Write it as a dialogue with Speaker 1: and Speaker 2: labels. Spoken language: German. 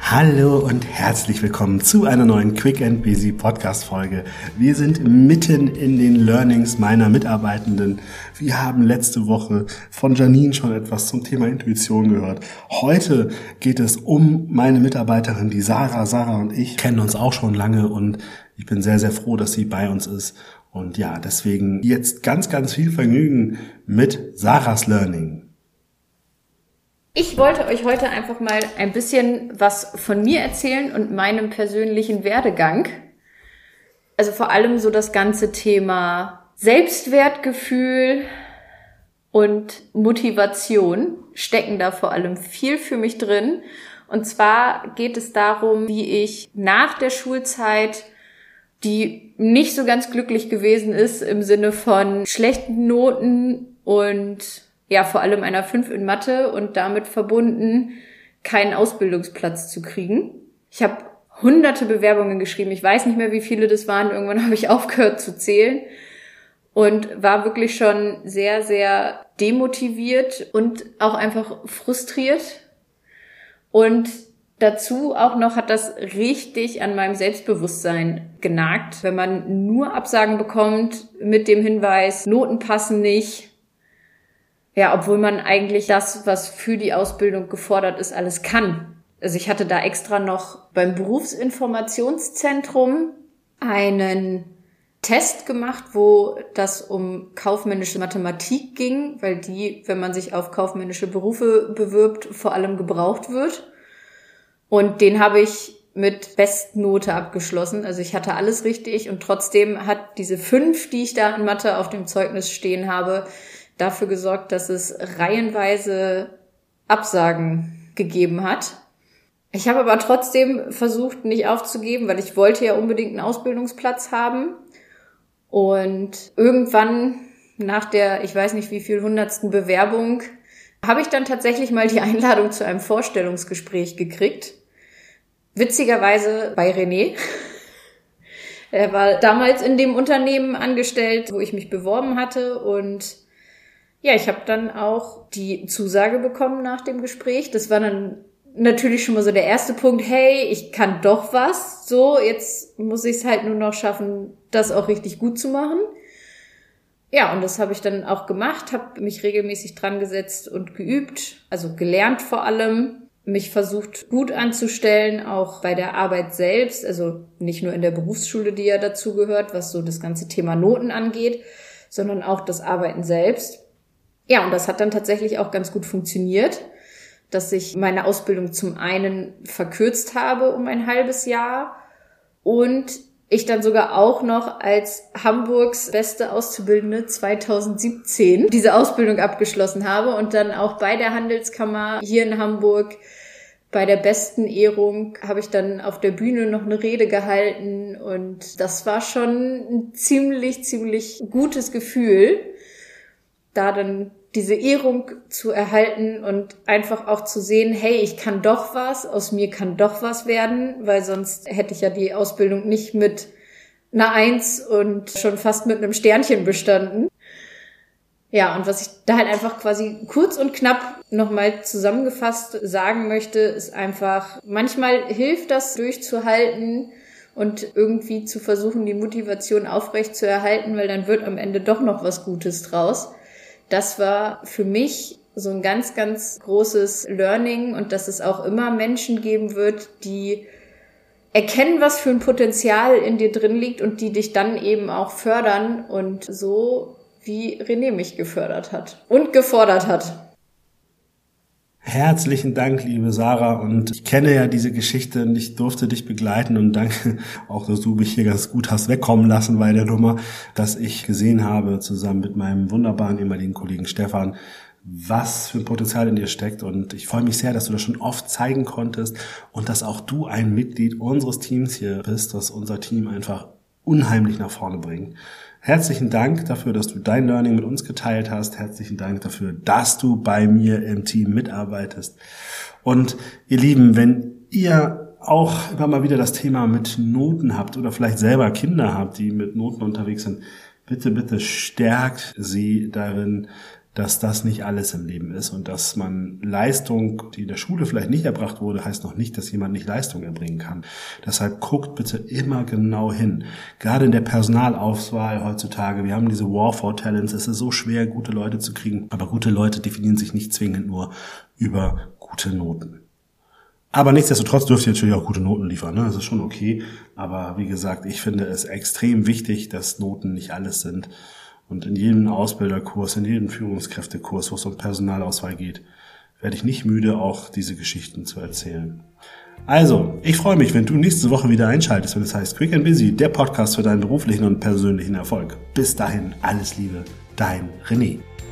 Speaker 1: Hallo und herzlich willkommen zu einer neuen Quick and Busy Podcast Folge. Wir sind mitten in den Learnings meiner Mitarbeitenden. Wir haben letzte Woche von Janine schon etwas zum Thema Intuition gehört. Heute geht es um meine Mitarbeiterin, die Sarah. Sarah und ich kennen uns auch schon lange und ich bin sehr, sehr froh, dass sie bei uns ist. Und ja, deswegen jetzt ganz, ganz viel Vergnügen mit Sarahs Learning.
Speaker 2: Ich wollte euch heute einfach mal ein bisschen was von mir erzählen und meinem persönlichen Werdegang. Also vor allem so das ganze Thema Selbstwertgefühl und Motivation stecken da vor allem viel für mich drin. Und zwar geht es darum, wie ich nach der Schulzeit, die nicht so ganz glücklich gewesen ist im Sinne von schlechten Noten und ja, vor allem einer 5 in Mathe und damit verbunden, keinen Ausbildungsplatz zu kriegen. Ich habe hunderte Bewerbungen geschrieben. Ich weiß nicht mehr, wie viele das waren. Irgendwann habe ich aufgehört zu zählen und war wirklich schon sehr, sehr demotiviert und auch einfach frustriert. Und dazu auch noch hat das richtig an meinem Selbstbewusstsein genagt, wenn man nur Absagen bekommt mit dem Hinweis, Noten passen nicht. Ja, obwohl man eigentlich das, was für die Ausbildung gefordert ist, alles kann. Also ich hatte da extra noch beim Berufsinformationszentrum einen Test gemacht, wo das um kaufmännische Mathematik ging, weil die, wenn man sich auf kaufmännische Berufe bewirbt, vor allem gebraucht wird. Und den habe ich mit Bestnote abgeschlossen. Also ich hatte alles richtig und trotzdem hat diese 5, die ich da in Mathe auf dem Zeugnis stehen habe, dafür gesorgt, dass es reihenweise Absagen gegeben hat. Ich habe aber trotzdem versucht, nicht aufzugeben, weil ich wollte ja unbedingt einen Ausbildungsplatz haben. Und irgendwann nach der, ich weiß nicht wie viel 100. Bewerbung, habe ich dann tatsächlich mal die Einladung zu einem Vorstellungsgespräch gekriegt. Witzigerweise bei René. Er war damals in dem Unternehmen angestellt, wo ich mich beworben hatte und ja, ich habe dann auch die Zusage bekommen nach dem Gespräch. Das war dann natürlich schon mal so der erste Punkt. Hey, ich kann doch was. So, jetzt muss ich es halt nur noch schaffen, das auch richtig gut zu machen. Ja, und das habe ich dann auch gemacht, habe mich regelmäßig dran gesetzt und geübt, also gelernt vor allem, mich versucht gut anzustellen, auch bei der Arbeit selbst, also nicht nur in der Berufsschule, die ja dazu gehört, was so das ganze Thema Noten angeht, sondern auch das Arbeiten selbst. Ja, und das hat dann tatsächlich auch ganz gut funktioniert, dass ich meine Ausbildung zum einen verkürzt habe um ein halbes Jahr und ich dann sogar auch noch als Hamburgs beste Auszubildende 2017 diese Ausbildung abgeschlossen habe und dann auch bei der Handelskammer hier in Hamburg bei der besten Ehrung habe ich dann auf der Bühne noch eine Rede gehalten und das war schon ein ziemlich gutes Gefühl, da dann diese Ehrung zu erhalten und einfach auch zu sehen, hey, ich kann doch was, aus mir kann doch was werden, weil sonst hätte ich ja die Ausbildung nicht mit einer 1 und schon fast mit einem Sternchen bestanden. Ja, und was ich da halt einfach quasi kurz und knapp nochmal zusammengefasst sagen möchte, ist einfach, manchmal hilft das durchzuhalten und irgendwie zu versuchen, die Motivation aufrecht zu erhalten, weil dann wird am Ende doch noch was Gutes draus. Das war für mich so ein ganz, ganz großes Learning und dass es auch immer Menschen geben wird, die erkennen, was für ein Potenzial in dir drin liegt und die dich dann eben auch fördern und so wie René mich gefördert hat und gefordert hat.
Speaker 1: Herzlichen Dank, liebe Sarah, und ich kenne ja diese Geschichte und ich durfte dich begleiten und danke auch, dass du mich hier ganz gut hast wegkommen lassen bei der Nummer, dass ich gesehen habe, zusammen mit meinem wunderbaren ehemaligen Kollegen Stefan, was für ein Potenzial in dir steckt und ich freue mich sehr, dass du das schon oft zeigen konntest und dass auch du ein Mitglied unseres Teams hier bist, das unser Team einfach unheimlich nach vorne bringt. Herzlichen Dank dafür, dass du dein Learning mit uns geteilt hast. Herzlichen Dank dafür, dass du bei mir im Team mitarbeitest. Und ihr Lieben, wenn ihr auch immer mal wieder das Thema mit Noten habt oder vielleicht selber Kinder habt, die mit Noten unterwegs sind, bitte stärkt sie darin, dass das nicht alles im Leben ist und dass man Leistung, die in der Schule vielleicht nicht erbracht wurde, heißt noch nicht, dass jemand nicht Leistung erbringen kann. Deshalb guckt bitte immer genau hin. Gerade in der Personalauswahl heutzutage, wir haben diese War for Talents, es ist so schwer, gute Leute zu kriegen, aber gute Leute definieren sich nicht zwingend nur über gute Noten. Aber nichtsdestotrotz dürft ihr natürlich auch gute Noten liefern, ne? Das ist schon okay. Aber wie gesagt, ich finde es extrem wichtig, dass Noten nicht alles sind. Und in jedem Ausbilderkurs, in jedem Führungskräftekurs, wo es um Personalauswahl geht, werde ich nicht müde, auch diese Geschichten zu erzählen. Also, ich freue mich, wenn du nächste Woche wieder einschaltest, wenn es heißt Quick and Busy, der Podcast für deinen beruflichen und persönlichen Erfolg. Bis dahin, alles Liebe, dein René.